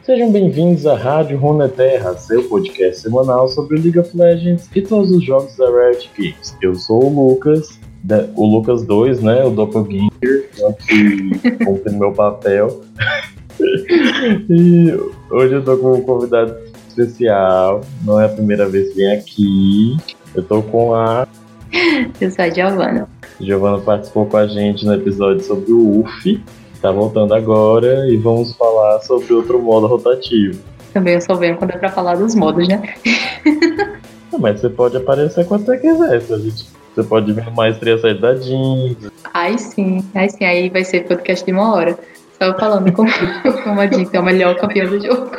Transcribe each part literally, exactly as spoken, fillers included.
Sejam bem-vindos à Rádio Runeterra, seu podcast semanal sobre League of Legends e todos os jogos da Riot Games. Eu sou o Lucas, o Lucas dois, né, o Doppelganger, que cumpre meu papel. E hoje eu tô com um convidado especial, não é a primeira vez que vem aqui. Eu tô com a... Eu sou a Giovana. Giovana participou com a gente no episódio sobre o U F, tá voltando agora e vamos falar sobre outro modo rotativo. Também eu só venho quando é pra falar dos modos, né? Não, mas você pode aparecer quando você quiser, se a gente... Você pode vir no Maestria Sair da Jeans. Ai sim, ai sim, aí vai ser podcast de uma hora. Só eu falando como, como a Jeans é o melhor campeão do jogo.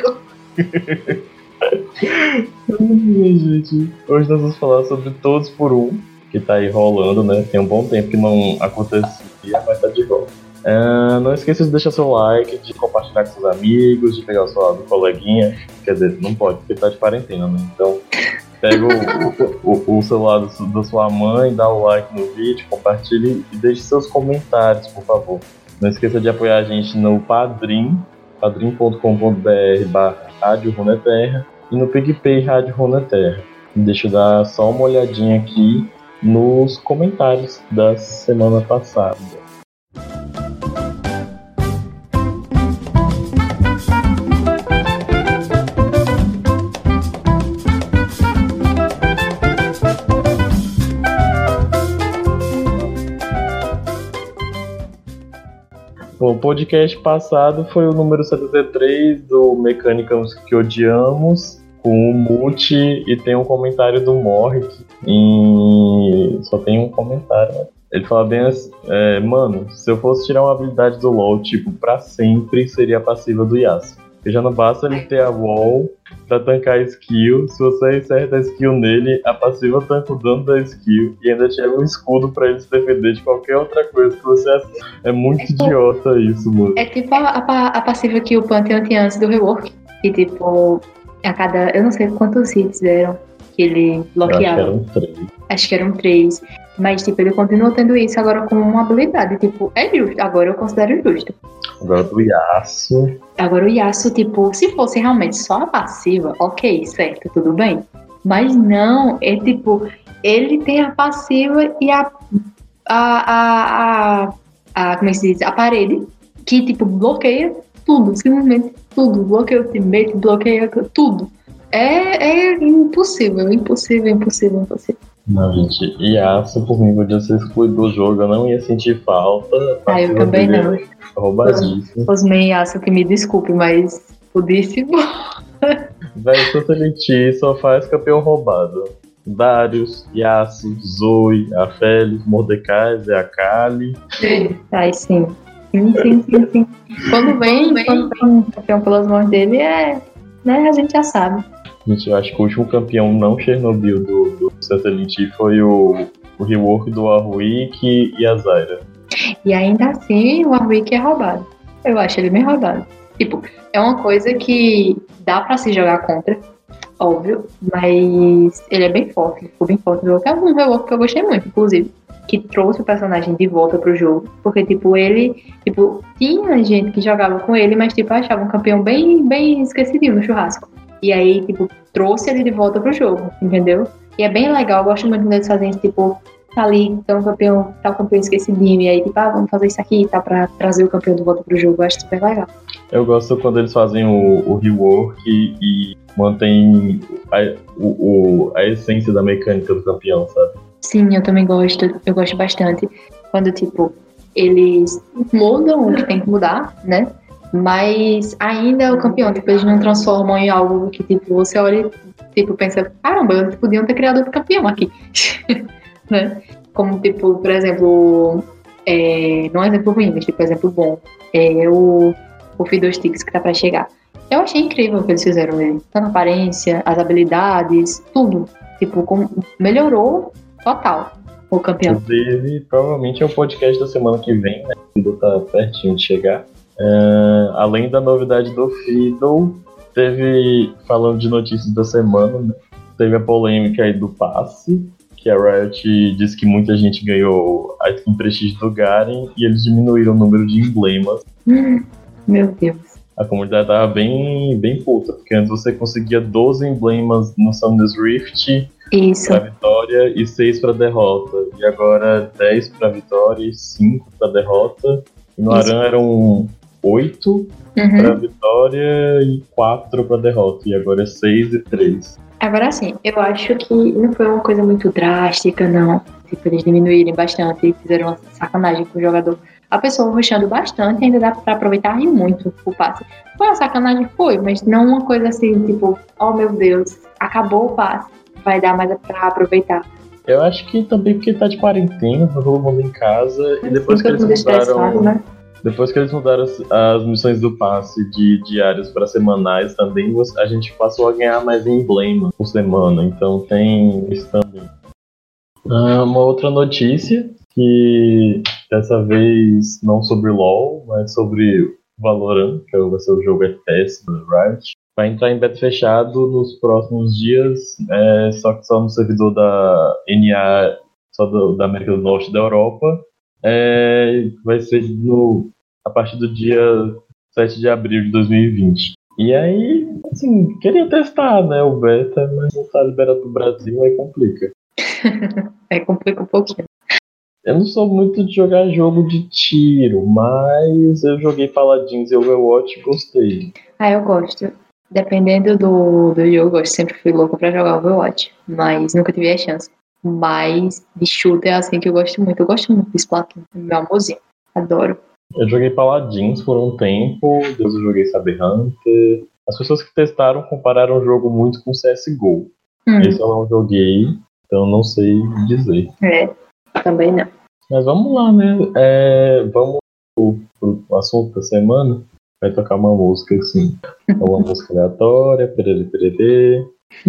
Ai, gente. Hoje nós vamos falar sobre Todos por Um, que tá aí rolando, né? Tem um bom tempo que não acontecia, mas tá de volta. Uh, não esqueça de deixar seu like, de compartilhar com seus amigos, de pegar o celular do coleguinha. Quer dizer, não pode, porque tá de quarentena, né? Então, pega o, o, o celular do, da sua mãe, dá o like no vídeo, compartilhe e deixe seus comentários, por favor. Não esqueça de apoiar a gente no Padrim, padrim ponto com ponto b r barra Rádio Runeterra e no PicPay Rádio Runeterra. Deixa eu dar só uma olhadinha aqui nos comentários da semana passada. O podcast passado foi o número setenta e três do Mecânicas que Odiamos, com o Muti, e tem um comentário do Morrick, e só tem um comentário, né? Ele fala bem assim, é, mano, se eu fosse tirar uma habilidade do LoL, tipo, pra sempre, seria a passiva do Yasuo. Porque já não basta ele ter a wall pra tancar a skill, se você acerta a skill nele, a passiva tanca o dano da skill e ainda tiver um escudo pra ele se defender de qualquer outra coisa que você acerta. É muito é tipo, idiota isso, mano. É tipo a, a, a passiva que o Pantheon tinha antes do rework, que tipo, a cada, eu não sei quantos hits eram que ele bloqueava. Eu acho que eram três. Acho que eram três. Mas, tipo, ele continua tendo isso agora como uma habilidade. Tipo, é justo. Agora eu considero justo. Agora do Yasuo. Agora o Yasuo, tipo, se fosse realmente só a passiva, ok, certo, tudo bem. Mas não, é tipo, ele tem a passiva e a. A. A. a, a como é que se diz? A parede, que, tipo, bloqueia tudo, simplesmente tudo. Bloqueia o teammate, bloqueia tudo. É, é impossível, impossível, impossível, impossível. Não, gente, Yasuo, por mim, podia ser excluído do jogo, eu não ia sentir falta. Ah, eu também não. Roubadíssimo. Os main Yasuo que me desculpe, mas pudíssimo. Véi, Totality só faz campeão roubado. Darius, Yasuo, Zoe, a Félix, Mordecai, Zé Akali. Ai, sim. Sim, sim, sim, sim. Quando vem, quando vem campeão pelas mãos dele, é, né, a gente já sabe. Gente, eu acho que o último campeão não Chernobyl do, do Satellite foi o, o rework do Warwick e a Zyra. E ainda assim, o Warwick é roubado. Eu acho ele meio roubado. Tipo, é uma coisa que dá pra se jogar contra, óbvio, mas ele é bem forte, ficou bem forte. É um rework que eu gostei muito, inclusive, que trouxe o personagem de volta pro jogo, porque, tipo, ele, tipo, tinha gente que jogava com ele, mas, tipo, achava um campeão bem, bem esquecidinho no churrasco. E aí, tipo, trouxe ele de volta pro jogo, entendeu? E é bem legal, eu gosto muito quando eles fazem isso, tipo, tá ali, tá um campeão, tá um campeão esquecidinho, e aí, tipo, ah, vamos fazer isso aqui, tá, pra trazer o campeão de volta pro jogo, eu acho super legal. Eu gosto quando eles fazem o, o rework e, e mantém a, o, o, a essência da mecânica do campeão, sabe? Sim, eu também gosto, eu gosto bastante quando, tipo, eles mudam o que tem que mudar, né? Mas ainda é o campeão, tipo, eles não transformam em algo que, tipo, você olha e, tipo, pensa, caramba, eles podiam ter criado outro campeão aqui, né? Como, tipo, por exemplo, é, não é um exemplo ruim, mas, tipo, exemplo bom, é o, o Fiddlesticks que tá pra chegar. Eu achei incrível o que eles fizeram nele, tanto a aparência, as habilidades, tudo, tipo, com, melhorou total o campeão. Inclusive, provavelmente é o podcast da semana que vem, né? O Fiddle tá pertinho de chegar. Uh, além da novidade do Fiddle, teve, falando de notícias da semana, né, teve a polêmica aí do passe, que a Riot disse que muita gente ganhou a skin prestígio do Garen e eles diminuíram o número de emblemas. Hum, meu Deus. A comunidade tava bem, bem puta, porque antes você conseguia doze emblemas no Summoner's Rift Isso. pra vitória e seis pra derrota. E agora dez pra vitória e cinco pra derrota. E no Isso. Aran eram oito Uhum. pra vitória e quatro pra derrota. E agora é seis e três. Agora sim, eu acho que não foi uma coisa muito drástica, não. Tipo, eles diminuírem bastante e fizeram uma sacanagem com o jogador. A pessoa rushando bastante ainda dá pra aproveitar e muito o passe. Foi uma sacanagem? Foi, mas não uma coisa assim, tipo, oh meu Deus, acabou o passe. Vai dar mais pra aproveitar. Eu acho que também porque tá de quarentena, tá todo mundo em casa. E depois Sim, que eles todo mundo estressado, mudaram... né? Depois que eles mudaram as, as missões do passe de diários para semanais também, você- a gente passou a ganhar mais emblema por semana. Então tem isso também. Ah, uma outra notícia, que dessa vez não sobre LoL, mas sobre Valorant, que vai ser o jogo F P S do Riot. Vai entrar em beta fechado nos próximos dias, é, só que só no servidor da N A, só do- da América do Norte e da Europa. É, vai ser no, a partir do dia sete de abril de dois mil e vinte. E aí, assim, queria testar, né, o beta, mas não tá liberado pro Brasil, aí complica. É, complica um pouquinho. Eu não sou muito de jogar jogo de tiro, mas eu joguei Paladins e Overwatch e gostei. Ah, eu gosto. Dependendo do, do jogo, eu sempre fui louco pra jogar Overwatch. Mas nunca tive a chance. Mas de shooter é assim que eu gosto muito. Eu gosto muito de Splatoon. Meu amorzinho. Adoro. Eu joguei Paladins por um tempo, depois eu joguei Saber Hunter. As pessoas que testaram compararam o jogo muito com C S G O. Hum, Esse eu não joguei, então não sei dizer. é, também não. Mas vamos lá, né? É, vamos pro, pro assunto da semana. Vai tocar uma música assim. Uma música aleatória, perere, perere.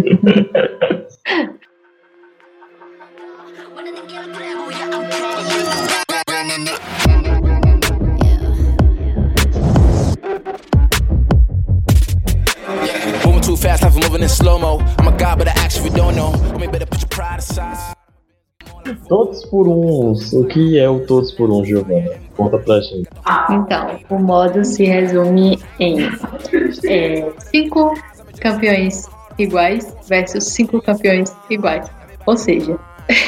Moving too fast, life moving in slow-mo. I'm a god, but I actually don't know. I mean, better put your pride aside. Todos por uns. O que é o Todos por um, Giovanna? Conta pra gente. Então, o modo se resume em é, cinco campeões iguais versus cinco campeões iguais. Ou seja,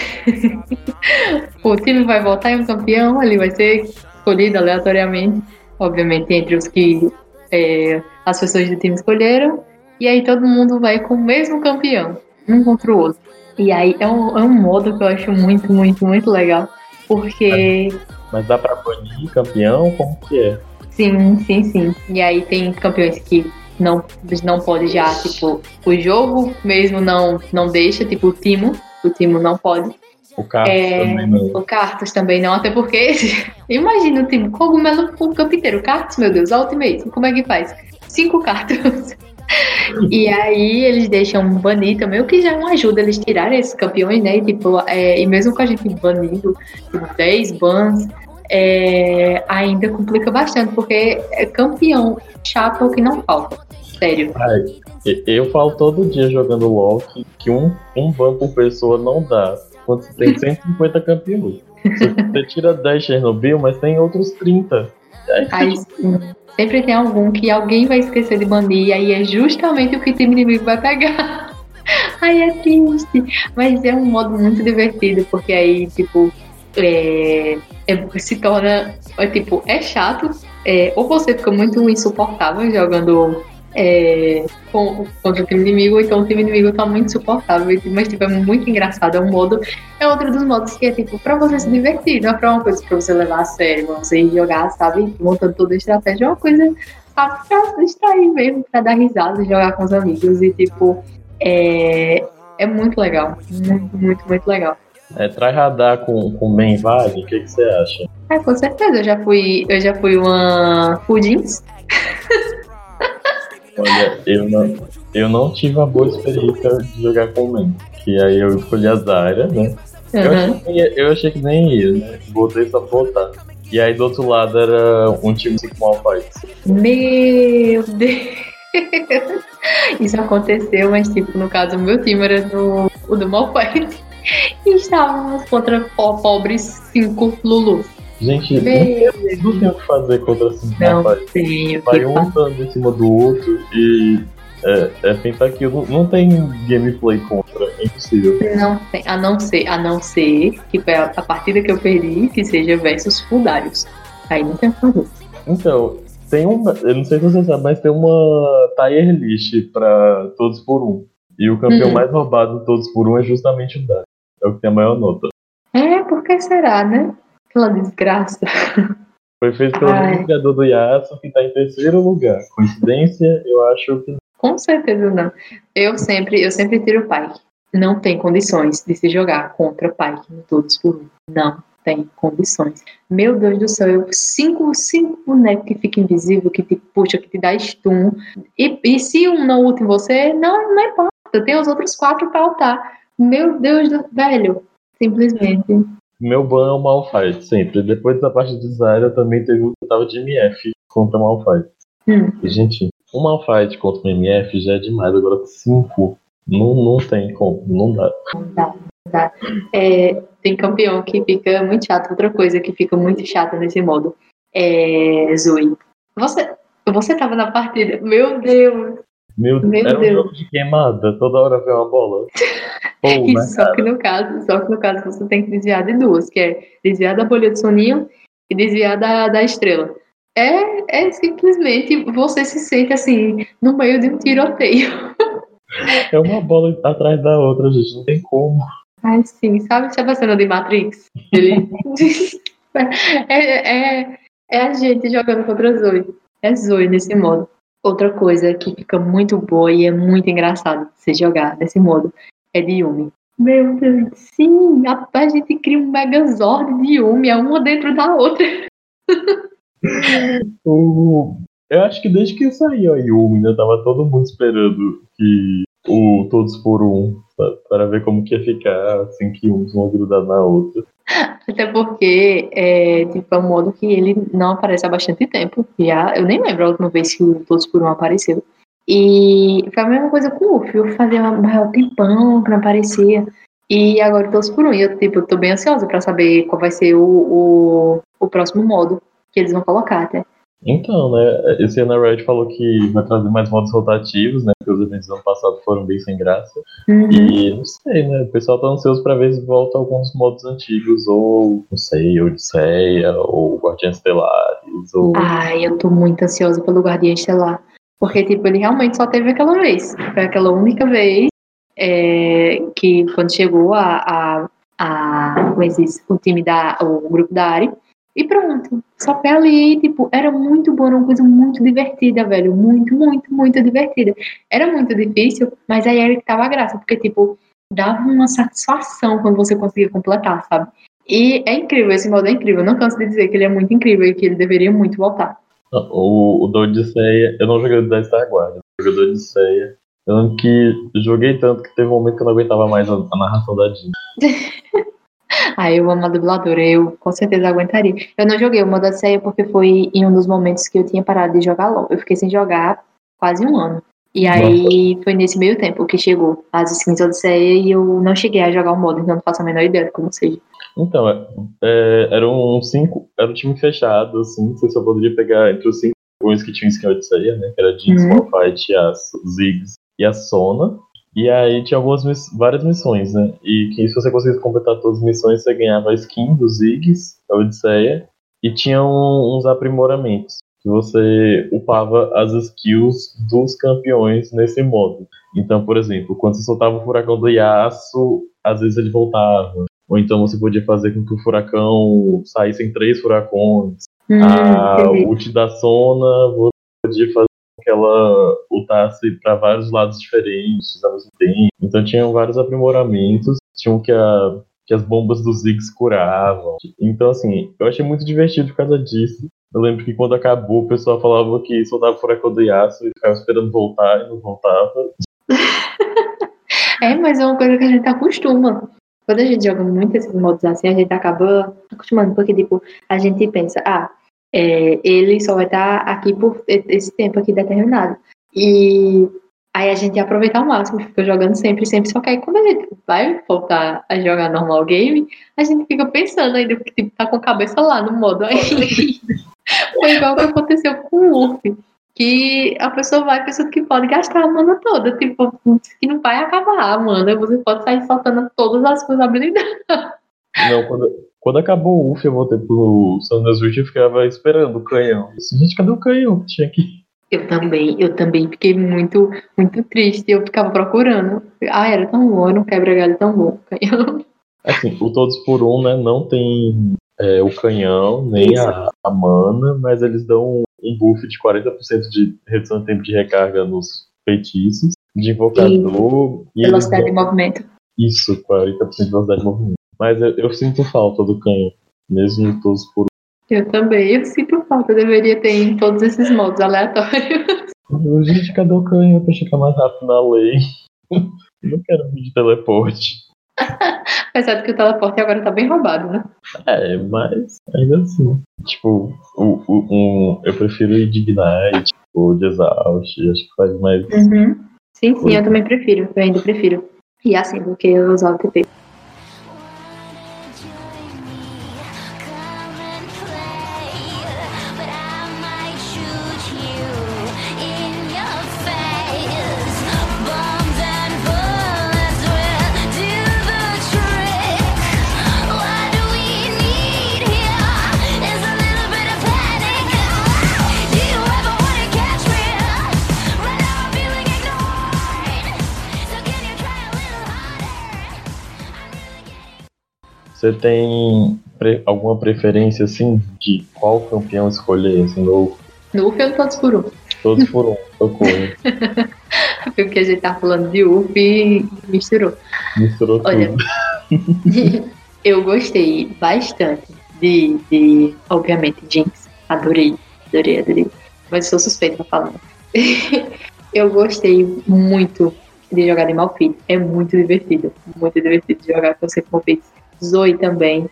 o time vai votar em um campeão, ele vai ser escolhido aleatoriamente, obviamente entre os que é, as pessoas do time escolheram, e aí todo mundo vai com o mesmo campeão, um contra o outro. E aí é um, é um modo que eu acho muito, muito, muito legal, porque Mas dá pra banir campeão? Como que é? sim, sim, sim. E aí tem campeões que não, não pode já, tipo, o jogo mesmo não, não deixa, tipo o Timo, o Timo não pode. O carro É, também não. o Cartus também não, até porque imagina o Timo, cogumelo o campo inteiro, Cartus, meu Deus, Ultimate, como é que faz? Cinco Cartus. E aí eles deixam banir também, o que já não ajuda eles tirarem esses campeões, né? E, tipo, é, e mesmo com a gente banindo tipo, dez bans, é, ainda complica bastante, porque é campeão chato é o que não falta. Sério. Ai, e- eu falo todo dia jogando LOL que, que um, um ban por pessoa não dá. Quando você tem cento e cinquenta campeões. Você, você tira dez Chernobyl, mas tem outros trinta. Aí, Aí sim, sempre tem algum que alguém vai esquecer de banir, e aí é justamente o que o time inimigo vai pegar. Aí é triste. Mas é um modo muito divertido, porque aí, tipo, é, é- se torna. É, tipo, é chato. É, ou você fica muito insuportável jogando é, com, contra o time inimigo, ou então o time inimigo tá muito insuportável. Mas, tipo, é muito engraçado. É um modo. É outro dos modos que é, tipo, pra você se divertir, não é pra uma coisa pra você levar a sério, pra você ir jogar, sabe? Montando toda a estratégia. É uma coisa, sabe, pra se distrair mesmo, pra dar risada, jogar com os amigos. E, tipo, é, é muito legal. Muito, muito, muito legal. é, tryhardar com, com main vale, o que, que você acha? É, com certeza, eu já fui, eu já fui uma Pudins. Olha, eu não, eu não tive uma boa experiência de jogar com main. Que aí eu escolhi a Zarya, né? Eu, achei Uhum. que ia- eu achei que nem ia, né? Botei só pra botar. E aí do outro lado era um time cinco Malphite. Meu Deus! Isso aconteceu, mas tipo, no caso, o meu time era do, o do Malphite. E estávamos contra o pobres cinco Lulu. Gente, não Meu tem, não tem o que fazer contra assim, Não rapaz. tenho Vai que um fazer. lutando em cima do outro e é, é pentakill. Não, não tem gameplay contra, é impossível. Não tem, a não ser, a não ser que foi a, a partida que eu perdi, que seja versus Fuldários. Aí não tem o que fazer. Então, tem um. Eu não sei se você sabe, mas tem uma tier list pra todos por um. E o campeão Uhum. mais roubado de todos por um é justamente o Dario. É o que tem a maior nota. É, por que será, né? Aquela desgraça. Foi feito pelo Ai. mesmo criador do Yasuo, que tá em terceiro lugar. Coincidência? Eu acho que não. Com certeza não. Eu sempre, eu sempre tiro o Pyke. Não tem condições de se jogar contra Pyke no todos por um. Não tem condições. Meu Deus do céu, eu cinco, cinco bonecos que fica invisível, que te puxa, que te dá stun. E, e se um não ult em você, não, não importa. Tem os outros quatro pra ultar. Meu Deus do velho. Simplesmente. Meu ban é o Malphite, sempre. Depois da parte de Zyra, também teve um que eu tava de M F contra Malphite. Hum. E, gente, um Malphite contra um M F já é demais. Agora, cinco, não, não tem como, não dá. Não dá, não dá. É, tem campeão que fica muito chato. Outra coisa que fica muito chata nesse modo é Zoe. Você, você tava na partida. Meu Deus. Meu, Meu era um Deus. jogo de queimada, toda hora vem uma bola. Ou, E na só que cara. no caso, só que no caso você tem que desviar de duas, que é desviar da bolha de soninho e desviar da, da estrela. É, é simplesmente você se sente assim, no meio de um tiroteio. É uma bola atrás da outra, gente, não tem como. Ai, sim, sabe, sabe a cena de Matrix? Ele. é, é, é a gente jogando contra a Zoe. É Zoe nesse modo. Outra coisa que fica muito boa e é muito engraçado você jogar nesse modo é de Yumi. Meu Deus, sim, a, a gente cria um Megazord de Yumi, é uma dentro da outra. O... Eu acho que desde que saiu a Yumi, né, tava todo mundo esperando que o Todos por Um, pra- para ver como que ia ficar, assim que uns vão grudar na outra. Até porque é, tipo, é um modo que ele não aparece há bastante tempo. Já, eu nem lembro a última vez que o Todos por Um apareceu. E foi a mesma coisa com o Uff. Eu fazia um maior tempão que não aparecia. E agora Todos por Um. E eu tipo, tô bem ansiosa pra saber qual vai ser o, o, o próximo modo que eles vão colocar até. Então, né, esse ano a Riot falou que vai trazer mais modos rotativos, né, porque os eventos do ano passado foram bem sem graça. Uhum. E não sei, né, o pessoal tá ansioso pra ver se volta alguns modos antigos, ou, não sei, Odisseia, ou Guardiões Estelares, ou... Ai, eu tô muito ansiosa pelo Guardião Estelar. Porque, tipo, ele realmente só teve aquela vez. Foi aquela única vez é, que quando chegou a, a, a, como é que se diz? O time da, o grupo da Ari. E pronto. Só foi ali, tipo, era muito bom, era uma coisa muito divertida, velho. Muito, muito, muito divertida. Era muito difícil, mas aí era que tava a graça. Porque, tipo, dava uma satisfação quando você conseguia completar, sabe? E é incrível, esse modo é incrível. Eu não canso de dizer que ele é muito incrível e que ele deveria muito voltar. O, o da Odisseia, eu não joguei o da Star Guard, eu joguei o da Odisseia. Eu lembro que joguei tanto que teve um momento que eu não aguentava mais a, a narração da Jean. Ah, eu amo a dubladora, eu com certeza aguentaria. Eu não joguei o modo Odisseia porque foi em um dos momentos que eu tinha parado de jogar LOL. Eu fiquei sem jogar quase um ano. E aí Nossa. Foi nesse meio tempo que chegou as skins Odisseia e eu não cheguei a jogar o modo, então não faço a menor ideia de como seja. Então, é, eram cinco, era um time fechado, assim, você só poderia pegar entre os cinco coisas que tinham skin Odisseia, né? Que era a Jinx, uhum. Malphite, a Ziggs e a Sona. E aí tinha algumas miss- várias missões, né? E que se você conseguisse completar todas as missões, você ganhava a skin do Ziggs, a Odisseia, e tinha um, uns aprimoramentos. Que você upava as skills dos campeões nesse modo. Então, por exemplo, quando você soltava o furacão do Yasuo, às vezes ele voltava. Ou então você podia fazer com que o furacão saísse em três furacões. Hum, a ult da Sona, você podia fazer com que ela ultasse para vários lados diferentes ao mesmo tempo. Então tinham vários aprimoramentos. Tinham que, a, que as bombas dos Ziggs curavam. Então, assim, eu achei muito divertido por causa disso. Eu lembro que quando acabou, o pessoal falava que soltava o furacão do Yasuo e ficava esperando voltar e não voltava. É, mas é uma coisa que a gente acostuma. Quando a gente joga muito esses modos assim, a gente acaba acostumando, porque, tipo, a gente pensa, ah, é, ele só vai estar aqui por esse tempo aqui determinado. E Aí a gente ia aproveitar ao máximo, fica jogando sempre, sempre. Só que aí quando a gente vai voltar a jogar normal game, a gente fica pensando ainda, porque tipo, tá com a cabeça lá no modo ainda. Foi igual o que aconteceu com o U F, que a pessoa vai pensando que pode gastar a mana toda, tipo, que não vai acabar a mana, você pode sair soltando todas as suas habilidades. Não, quando, quando acabou o U F, eu voltei pro Sandra Switch e ficava esperando o canhão. Eu disse, gente, cadê o canhão que tinha aqui? Eu também, eu também fiquei muito, muito triste. Eu ficava procurando. Ah, era tão bom, era um quebra-galho tão bom. Assim, o Todos por Um, né, não tem é, o canhão, nem a, a mana, mas eles dão um buff de quarenta por cento de redução de tempo de recarga nos feitiços, de invocador... E, e velocidade dão... de movimento. Isso, quarenta por cento de velocidade de movimento. Mas eu, eu sinto falta do canhão, mesmo no Todos por Um. Eu também, eu sinto falta, deveria ter em todos esses modos aleatórios. Gente, cadê o canhão pra chegar mais rápido na lei? Eu não quero vir de teleporte. Apesar de que o teleporte agora tá bem roubado, né? É, mas ainda assim. Tipo, o, o, um, eu prefiro o Ignite ou de Exaust, acho que faz mais. Uhum. Sim, sim, eu também prefiro, eu ainda prefiro. E assim, do que usar o T P. Você tem pre- alguma preferência, assim, de qual campeão escolher, assim, no... No U F ou no Todos por Um? Todos por Um, socorro. Porque a gente tá falando de U F e misturou. Misturou Olha, tudo. Eu gostei bastante de, de, obviamente, Jinx. Adorei, adorei, adorei. Mas eu sou suspeita pra falar. Eu gostei muito de jogar de Malphite. É muito divertido. Muito divertido de jogar com você com Malphite. Zoe também.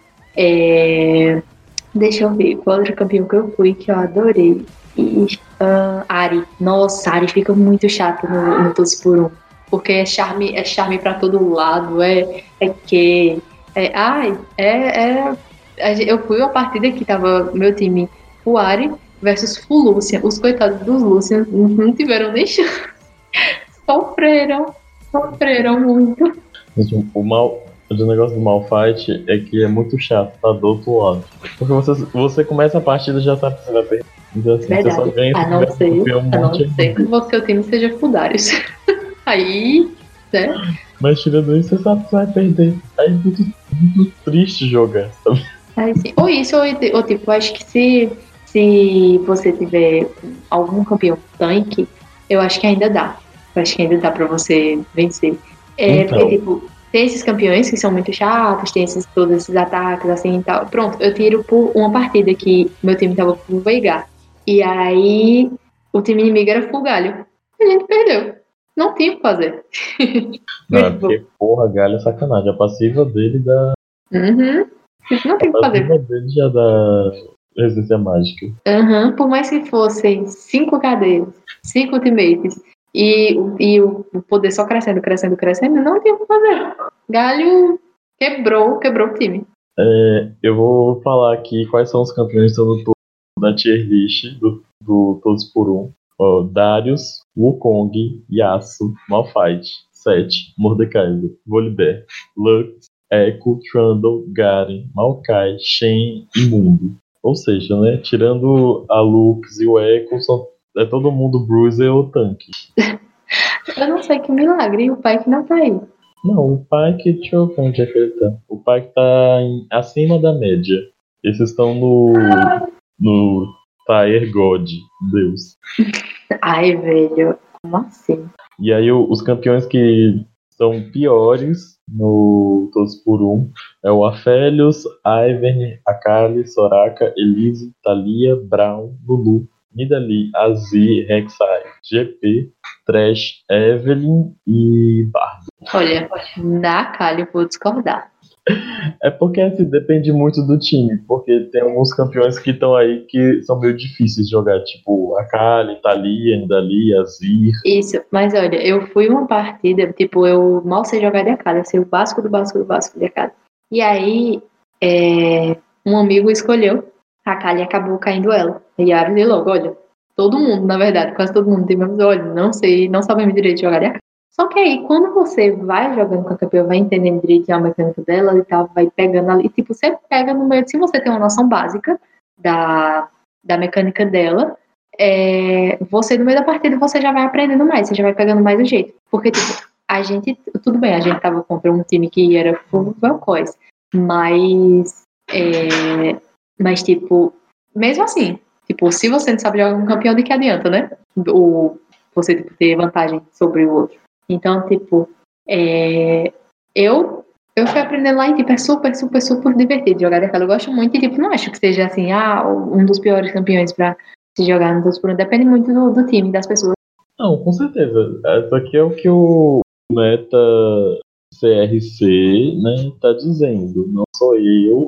É... Deixa eu ver qual outro campeão que eu fui que eu adorei. E, uh, Ari. Nossa, Ari fica muito chato no, no Todos por Um. Porque é charme, é charme pra todo lado. É, é que. É, ai, é, é. Eu fui uma partida que tava meu time, o Ari versus Full Lucian. Os coitados dos Lucian não tiveram nem chance. Sofreram. Sofreram muito. O mal. O negócio do Malphite é que é muito chato, tá do outro lado. Porque você, você começa a partida e já sabe que você vai perder. Então assim, Verdade. você só ganha a não ser, um a não monte ser que o seu time seja Fuldarius. Aí, né? Mas tirando isso, você sabe que você vai perder. Aí é muito, muito triste jogar, sabe? Aí, sim. Ou isso, ou, ou tipo, acho que se, se você tiver algum campeão tanque, eu acho que ainda dá. Eu acho que ainda dá pra você vencer. É, Então. porque, tipo, tem esses campeões que são muito chatos, tem esses, todos esses ataques assim e tal. Pronto, eu tiro por uma partida que meu time tava full Veigar. E aí o time inimigo era full Galho. A gente perdeu. Não tinha o que fazer. Não, é porque, porra, Galho é sacanagem. A passiva dele dá. Uhum. Não tem o que A fazer. passiva dele já dá resistência mágica. Uhum. Por mais que fossem cinco cadeiras, cinco ultimates. E, e o poder só crescendo, crescendo, crescendo, não tinha o que fazer. Galho quebrou, quebrou o time. É, eu vou falar aqui quais são os campeões que estão no topo da tier list do, do Todos por Um. Ó, Darius, Wukong, Yasuo, Malphite, Sett, Mordekaiser, Volibear, Lux, Echo, Trundle, Garen, Maokai, Shen e Mundo. Ou seja, né, tirando a Lux e o Echo, são é todo mundo bruiser ou tanque. Eu não sei que milagre, o pai que não tá aí. Não, o Pyke, deixa eu ver onde é que ele tá. O Pyke tá em, acima da média. Esses estão no. no Tier God, Deus. Ai, velho, como assim? E aí o, os campeões que são piores no Todos por Um é o Aphelios, Ivern, Akali, Soraka, Elise, Thalia, Braum, Lulu, Nidalee, Azir, Rek'Sai, G P, Thresh, Evelynn e Bard. Olha, na Akali eu vou discordar. É porque assim, depende muito do time, porque tem alguns campeões que estão aí que são meio difíceis de jogar, tipo a Kali, Thalia, Nidalee, Azir. Isso, mas olha, eu fui uma partida, tipo, eu mal sei jogar de Akali, eu sei o básico do básico do básico de Akali. E aí, é, um amigo escolheu a Akali e acabou caindo ela. E eu avisei logo, olha, todo mundo, na verdade, quase todo mundo tem mesmo, olha, não sei, não sabemos direito de jogar de Akali. Só que aí, quando você vai jogando com a campeã, vai entendendo direito a mecânica dela e tal, vai pegando ali, tipo, você pega no meio, se você tem uma noção básica da, da mecânica dela, é, você no meio da partida você já vai aprendendo mais, você já vai pegando mais o jeito. Porque, tipo, a gente, tudo bem, a gente tava contra um time que era full Vel'Koz, mas, é, mas, tipo, mesmo assim, tipo, se você não sabe jogar com um campeão, de que adianta, né? O, você tipo, ter vantagem sobre o outro. Então, tipo, é, eu, eu fui aprendendo lá e, tipo, é super, super, super divertido jogar daquela. Eu gosto muito e, tipo, não acho que seja, assim, ah, um dos piores campeões pra se jogar no dois por um. Depende muito do, do time, das pessoas. Não, com certeza. Isso aqui é o que o Meta C R C, né, tá dizendo. Não sou eu.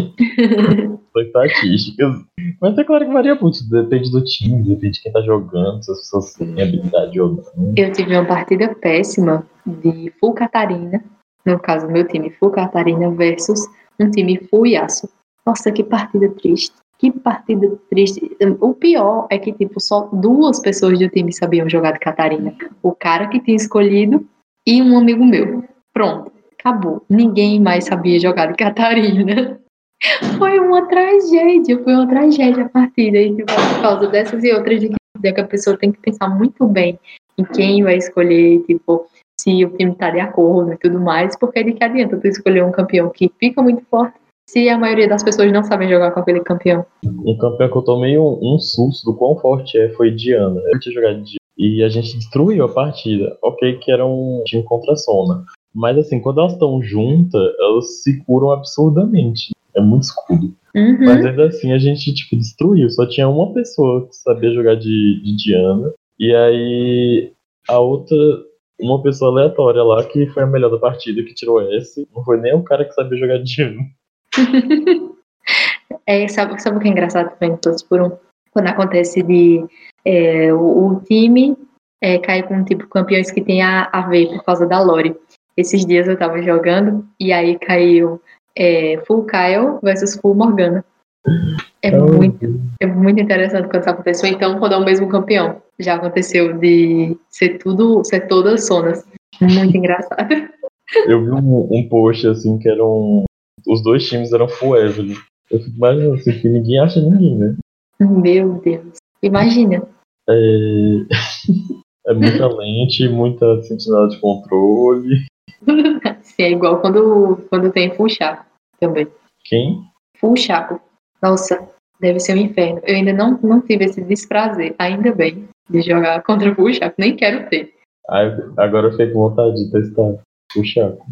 São estatísticas. Mas é claro que varia muito. Depende do time, depende de quem tá jogando, se as pessoas têm habilidade ou não. Eu tive uma partida péssima de Full Catarina, no caso, meu time Full Catarina versus um time Full Yasuo. Nossa, que partida triste. Que partida triste. O pior é que, tipo, só duas pessoas do time sabiam jogar de Catarina. O cara que tinha escolhido e um amigo meu. Pronto, acabou. Ninguém mais sabia jogar de Catarina. Foi uma tragédia, foi uma tragédia a partida. E, tipo, por causa dessas e outras, de que a pessoa tem que pensar muito bem em quem vai escolher, tipo, se o time tá de acordo e tudo mais, porque de que adianta tu escolher um campeão que fica muito forte se a maioria das pessoas não sabem jogar com aquele campeão. Um campeão que eu tomei um, um susto do quão forte é foi Diana. Eu tinha jogado de Diana e a gente destruiu a partida. Ok, que era um time contra a Sona. Mas assim, quando elas estão juntas, elas se curam absurdamente. É muito escudo. Uhum. Mas ainda assim a gente tipo, destruiu. Só tinha uma pessoa que sabia jogar de, de Diana. E aí a outra, uma pessoa aleatória lá que foi a melhor da partida, que tirou S. Não foi nem o cara que sabia jogar de Diana. É, sabe, sabe o que é engraçado também, todos por um? Quando acontece de é, o, o time é, cair com tipo campeões que tem a, a ver por causa da lore. Esses dias eu tava jogando e aí caiu é, Full Kyle versus Full Morgana. É, oh, muito, é muito interessante quando isso aconteceu. Então, quando é o mesmo campeão. Já aconteceu de ser tudo, ser todas sonas. Muito engraçado. Eu vi um, um post assim que eram. Os dois times eram Full Evelyn. Eu fico imaginando assim, que ninguém acha ninguém, né? Meu Deus. Imagina. É, é muita lente, muita sentinela de controle. Sim, é igual quando, quando tem Full Chaco também. Quem? Full Chaco. Nossa, deve ser um inferno. Eu ainda não, não tive esse desprazer, ainda bem, de jogar contra Full Chaco. Nem quero ter. Ah, agora eu fiquei com vontade de testar Full Chaco.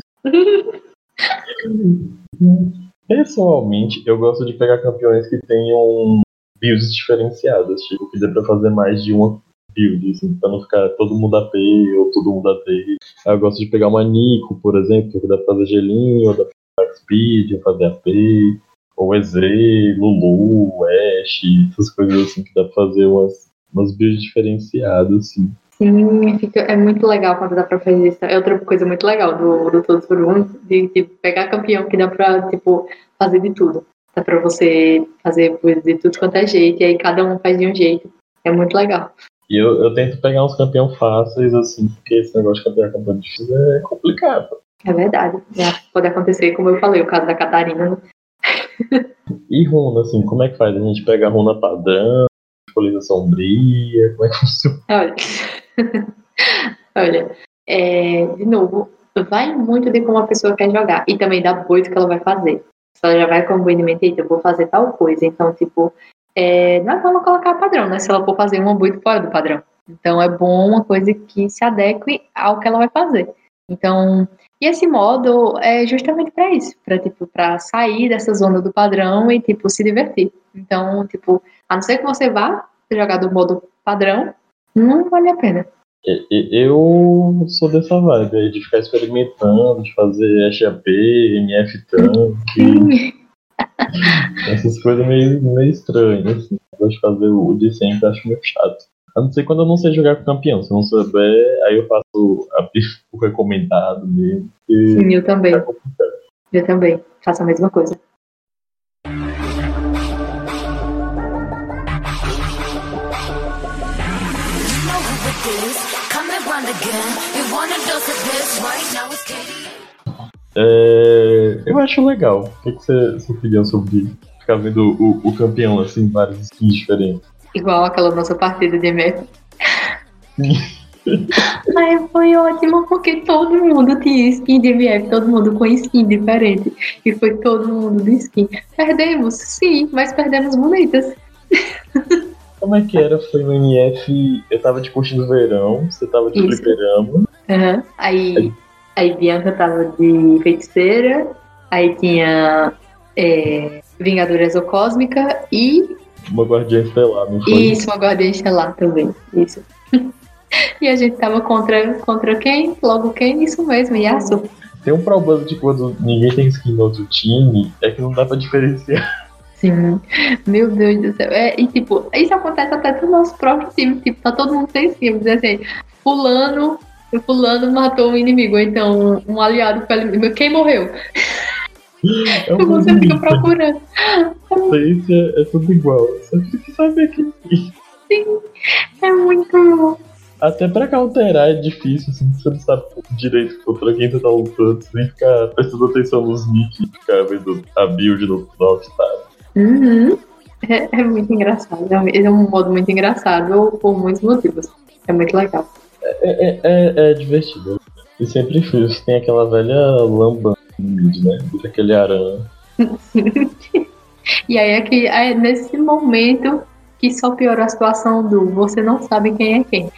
Pessoalmente, eu gosto de pegar campeões que tenham builds diferenciadas, tipo, que dê pra fazer mais de uma build, assim, pra não ficar todo mundo A P ou todo mundo A T. Eu gosto de pegar uma Nico, por exemplo, que dá pra fazer gelinho, ou dá pra fazer speed, fazer A P, ou E Z, Lulu, Ashe, essas coisas assim, que dá pra fazer umas, umas builds diferenciadas, assim. Sim, fica, é muito legal quando dá pra fazer isso. É outra coisa muito legal do, do Todos por Um, de tipo, pegar campeão que dá pra tipo, fazer de tudo. Dá pra você fazer de tudo quanto é jeito, e aí cada um faz de um jeito. É muito legal. E eu, eu tento pegar uns campeões fáceis, assim, porque esse negócio de campeão campeão difícil é complicado. É verdade. É, pode acontecer, como eu falei, o caso da Catarina. E runa, assim, como é que faz? A gente pega a runa padrão, colina sombria, como é que funciona? Olha, Olha é, de novo, vai muito de como a pessoa quer jogar e também da boito que ela vai fazer. Se ela já vai com o movimento, eu vou fazer tal coisa, então, tipo, é, não é bom colocar padrão, né? Se ela for fazer uma boito fora do padrão. Então, é bom uma coisa que se adeque ao que ela vai fazer. Então, e esse modo é justamente para isso, para tipo, para sair dessa zona do padrão e tipo se divertir. Então, tipo, a não ser que você vá jogar do modo padrão, não vale a pena. E- e- Eu sou dessa vibe aí, de ficar experimentando, de fazer H A P, M F Tank, Sim. essas coisas meio, meio estranhas, assim. Eu gosto de fazer o de sempre, acho meio chato. A não ser quando eu não sei jogar com campeão. Se eu não souber, aí eu faço a- o recomendado mesmo. E Sim, eu tá também. complicado. Eu também. Faço a mesma coisa. É, eu acho legal. O que, que você, você opinião sobre ficar vendo o, o campeão assim, várias skins diferentes? Igual aquela nossa partida de M F. Ai, foi ótimo porque todo mundo tinha skin de M F, todo mundo com skin diferente. E foi todo mundo de skin. Perdemos, sim, mas perdemos bonitas. Como é que era? Foi no M F. Eu tava de curtindo o verão, você tava de Isso. fliperama. Uhum. Aí, aí Bianca tava de feiticeira, aí tinha é, Vingadora Exocósmica e Uma guardiã estelar, não foi? isso, uma Guardiã Estelar também. Isso. E a gente tava contra, contra quem? Logo quem? Isso mesmo, Yasuo. Tem um problema de quando ninguém tem skin no outro time, é que não dá pra diferenciar. Sim, meu Deus do céu. É, e tipo, isso acontece até no nosso próprio time. Tipo, tá todo mundo sem skin. Dizer assim, fulano, fulano matou um inimigo. Ou então, um aliado foi eliminado. Quem morreu? É E um você fica limite. procurando. Isso é, é tudo igual. Só que saber que. É muito bom. Até pra counterar é difícil, assim, você não sabe direito contra quem você tá lutando, você tem que ficar prestando atenção nos nick e ficar vendo a build no no tá? Uhum. É, é muito engraçado. É um- Ele é um modo muito engraçado por muitos motivos. É muito legal. É, é, é, é divertido. E sempre fiz, tem aquela velha lamba no mid, né? Aquele aranha. E aí é que é nesse momento que só piora a situação do você não sabe quem é quem.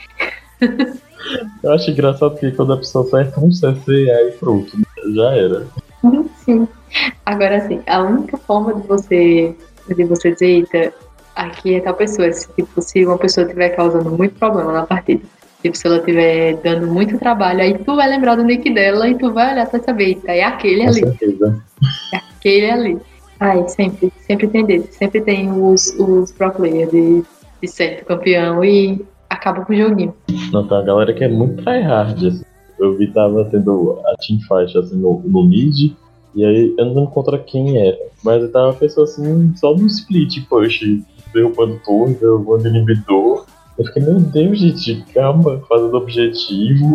Eu acho engraçado que quando a pessoa acerta um C C, aí pronto, já era. Sim. Agora sim, a única forma de você de você dizer, eita, aqui é tal pessoa, se, tipo, se uma pessoa estiver causando muito problema na partida, tipo, se ela estiver dando muito trabalho, aí tu vai lembrar do nick dela e tu vai olhar pra saber, eita, é aquele Com ali, certeza. é aquele ali. Ai, sempre, sempre tem desse, sempre tem os, os pro player de, de certo campeão e acaba com o joguinho. Não, tem uma galera que é muito tryhard, assim. Eu vi tava tendo a teamfight assim no, no mid, e aí eu não lembro contra quem era, mas tava uma pessoa assim, só no split push, derrubando torre, derrubando inibidor. Eu fiquei, meu Deus, gente, calma, fazendo objetivo.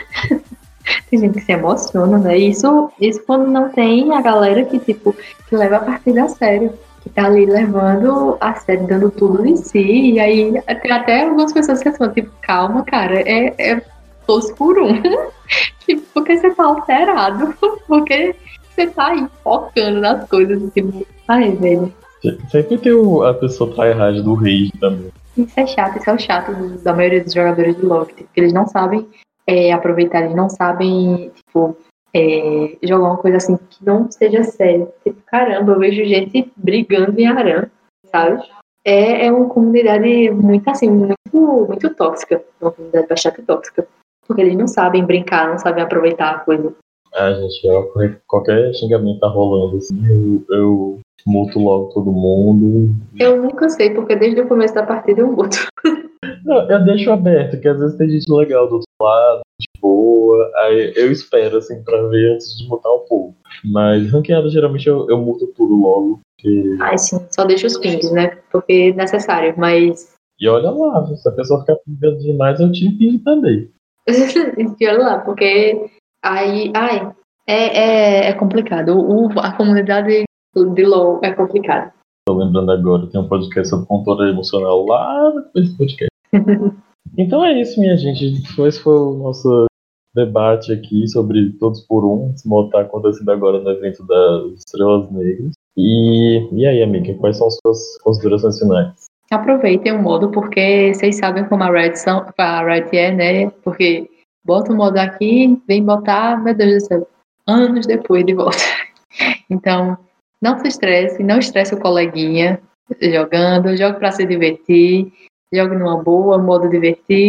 Tem gente que se emociona, né? Isso, isso quando não tem a galera que, tipo, que leva a partida a sério. Que tá ali levando a sério, dando tudo em si. E aí tem até algumas pessoas que falam, tipo, calma, cara, é, é dois por um. Tipo, porque você tá alterado. Porque você tá aí focando nas coisas. Tipo, ai, velho. Sempre tem o- a pessoa tryhard do rage também. Isso é chato, isso é o chato da maioria dos jogadores de LoL. Tipo, que eles não sabem é, aproveitar, eles não sabem, tipo, é, jogar uma coisa assim que não seja séria. Tipo, caramba, eu vejo gente brigando em Aran, sabe? É, é uma comunidade muito assim, muito, muito tóxica. Uma comunidade bastante tóxica. Porque eles não sabem brincar, não sabem aproveitar a coisa. Ah, gente, eu- qualquer xingamento tá rolando assim, eu, eu muto logo todo mundo. Eu nunca sei, porque desde o começo da partida eu mudo. Não, eu deixo aberto, que às vezes tem gente legal do outro lado, de boa, aí eu espero, assim, pra ver antes de mutar o povo. Mas ranqueada, geralmente, eu, eu muto tudo logo, porque... Ai, sim, só deixa os pings, né? Porque é necessário, mas E olha lá, se a pessoa ficar pingando demais, eu tiro ping também. olha lá, porque aí, ai, é, é, é complicado. O, a comunidade de LoL é complicada. Tô lembrando agora, tem um podcast sobre controle emocional lá nesse podcast. Então é isso, minha gente. Esse foi o nosso debate aqui sobre Todos por Um, esse modo tá acontecendo agora no evento das Estrelas Negras. E, e aí, amiga, quais são as suas considerações finais? Aproveitem o modo, porque vocês sabem como a Riot, são, a Riot é, né? Porque bota o modo aqui, vem botar, meu Deus do céu, anos depois de volta. Então, não se estresse, não estresse o coleguinha jogando, jogue para se divertir, jogue numa boa, modo divertido.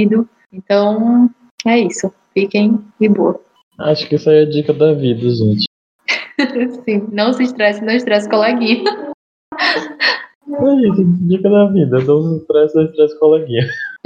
Então, é isso. Fiquem de boa. Acho que isso aí é a dica da vida, gente. Sim, não se estresse, não estresse o coleguinha. É isso, dica da vida. Não se estresse, não estresse coleguinha.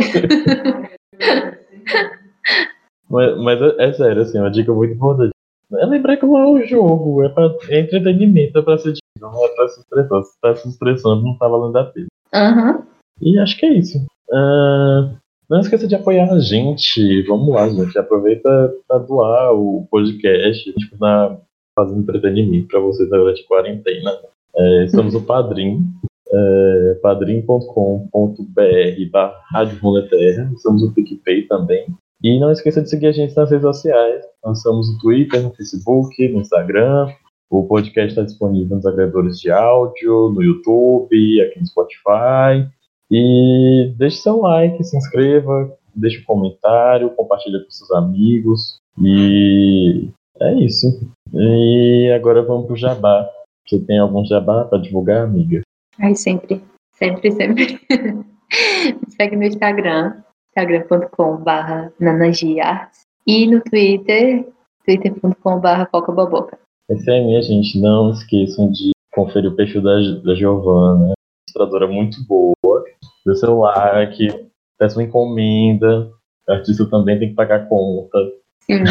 mas mas é, é sério, assim, uma dica muito importante. É lembrar que não é um jogo, é, pra, é entretenimento, é pra ser divertido, não é pra se estressar. Se tá se estressando, não tá valendo a pena. Uhum. E acho que é isso. Uh, não esqueça de apoiar a gente. Vamos lá, gente. Aproveita pra doar o podcast. A gente tá fazendo entretenimento pra vocês durante a quarentena. É, estamos no Padrim. É, padrim ponto com ponto b r barra Rádio Runeterra. Estamos no PicPay também. E não esqueça de seguir a gente nas redes sociais. Nós estamos no Twitter, no Facebook, no Instagram. O podcast está disponível nos agregadores de áudio, no YouTube, aqui no Spotify. E deixe seu like, se inscreva, deixe um comentário, compartilhe com seus amigos. E é isso. E agora vamos pro jabá. Você tem algum jabá para divulgar, amiga? Ai, sempre. Sempre, sempre. Me segue no Instagram. instagram ponto com barra nanagiarts e no Twitter, twitter ponto com barra focaboboca. Essa é a minha, gente. Não esqueçam de conferir o perfil da, da Giovana, ilustradora muito boa. Dê seu like, peça uma encomenda. O artista também tem que pagar conta. Sim.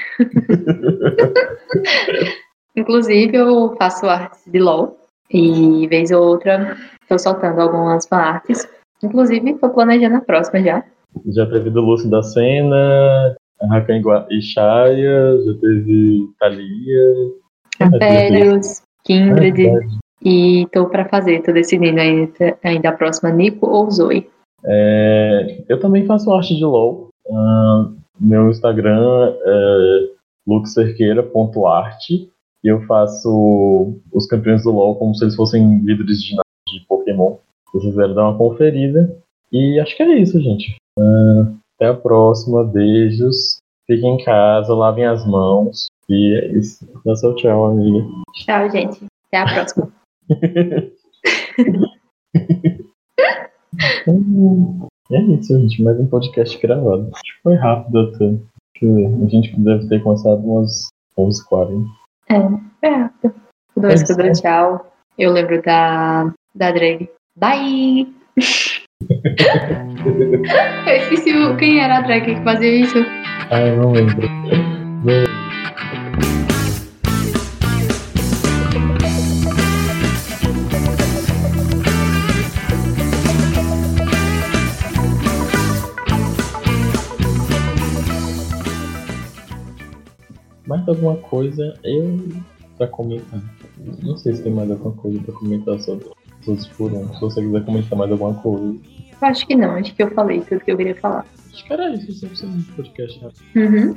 Inclusive, eu faço artes de LOL e, vez ou outra, estou soltando algumas fanarts. Inclusive, estou planejando a próxima já. Já teve do Lúcio da Senna, a Hakan Ishaya, já teve Thalia, Impérios, Kindred, é, e estou para fazer, estou decidindo ainda, ainda a próxima, Nico ou Zoe. É, eu também faço arte de LOL. Uh, meu Instagram é luxcerqueira ponto art e eu faço os campeões do LOL como se eles fossem líderes de, de Pokémon. Se vocês quiserem dar uma conferida. E acho que é isso, gente. Uh, até a próxima, beijos, fiquem em casa, lavem as mãos e é isso. Dá seu tchau, amiga. Tchau, gente. Até a próxima. É isso, gente. Mais um podcast gravado. Acho que foi rápido até. A gente deve ter começado umas onze e quarenta. É, foi rápido. Tudo mais que eu dou tchau. Eu lembro da, da drag. Bye! Eu esqueci quem era a drag que fazia isso. Ah, eu não lembro. Não. Mais alguma coisa eu pra comentar? Não sei se tem mais alguma coisa pra comentar sobre os por um. Se você quiser comentar mais alguma coisa. Eu acho que não, acho que eu falei tudo que eu queria falar. Acho que era isso, sempre ser um podcast rápido. Uhum.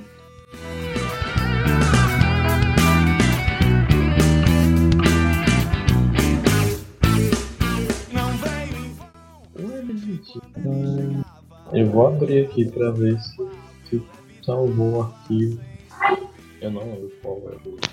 Ué, gente. Hum, eu vou abrir aqui pra ver se, se salvou o arquivo. Eu não lembro qual é o.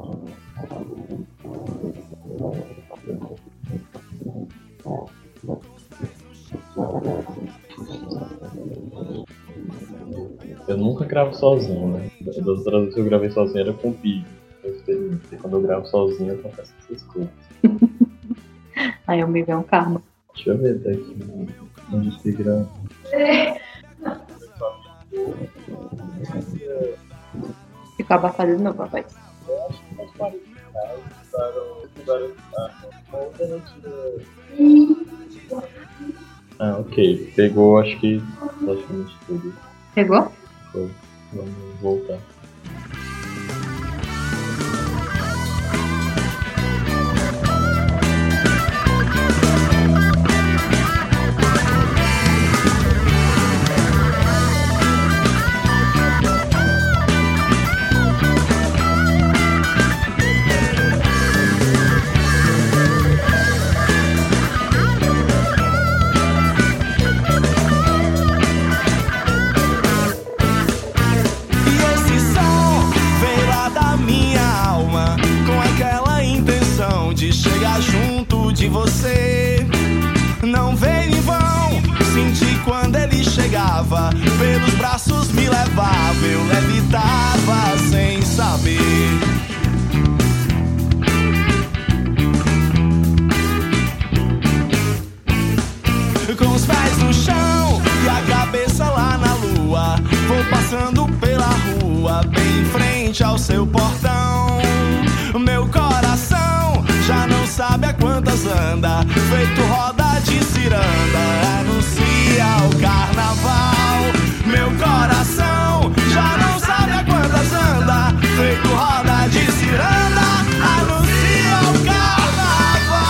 Eu nunca gravo sozinho, né? Das outras vezes que eu gravei sozinho era com vídeo. E quando eu gravo sozinho acontece essas coisas. Aí eu me vi um karma. Deixa eu ver até aqui onde você grava. Ficou abafado de novo, rapaz. Eu acho que umas quarenta reais usaram a alternativa. Ah, ok. Pegou, acho que praticamente tudo. Pegou? Foi. Vamos voltar. Não veio em vão, senti quando ele chegava pelos frente ao seu portão. Meu coração já não sabe a quantas anda, feito roda de ciranda, anuncia o carnaval. Meu coração já não sabe a quantas anda, feito roda de ciranda, anuncia o carnaval.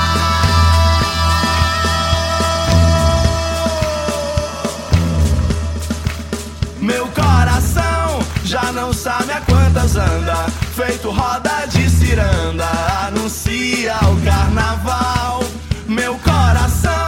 Meu coração já não sabe a quantas anda, feito roda de ciranda, anuncia o carnaval. Meu coração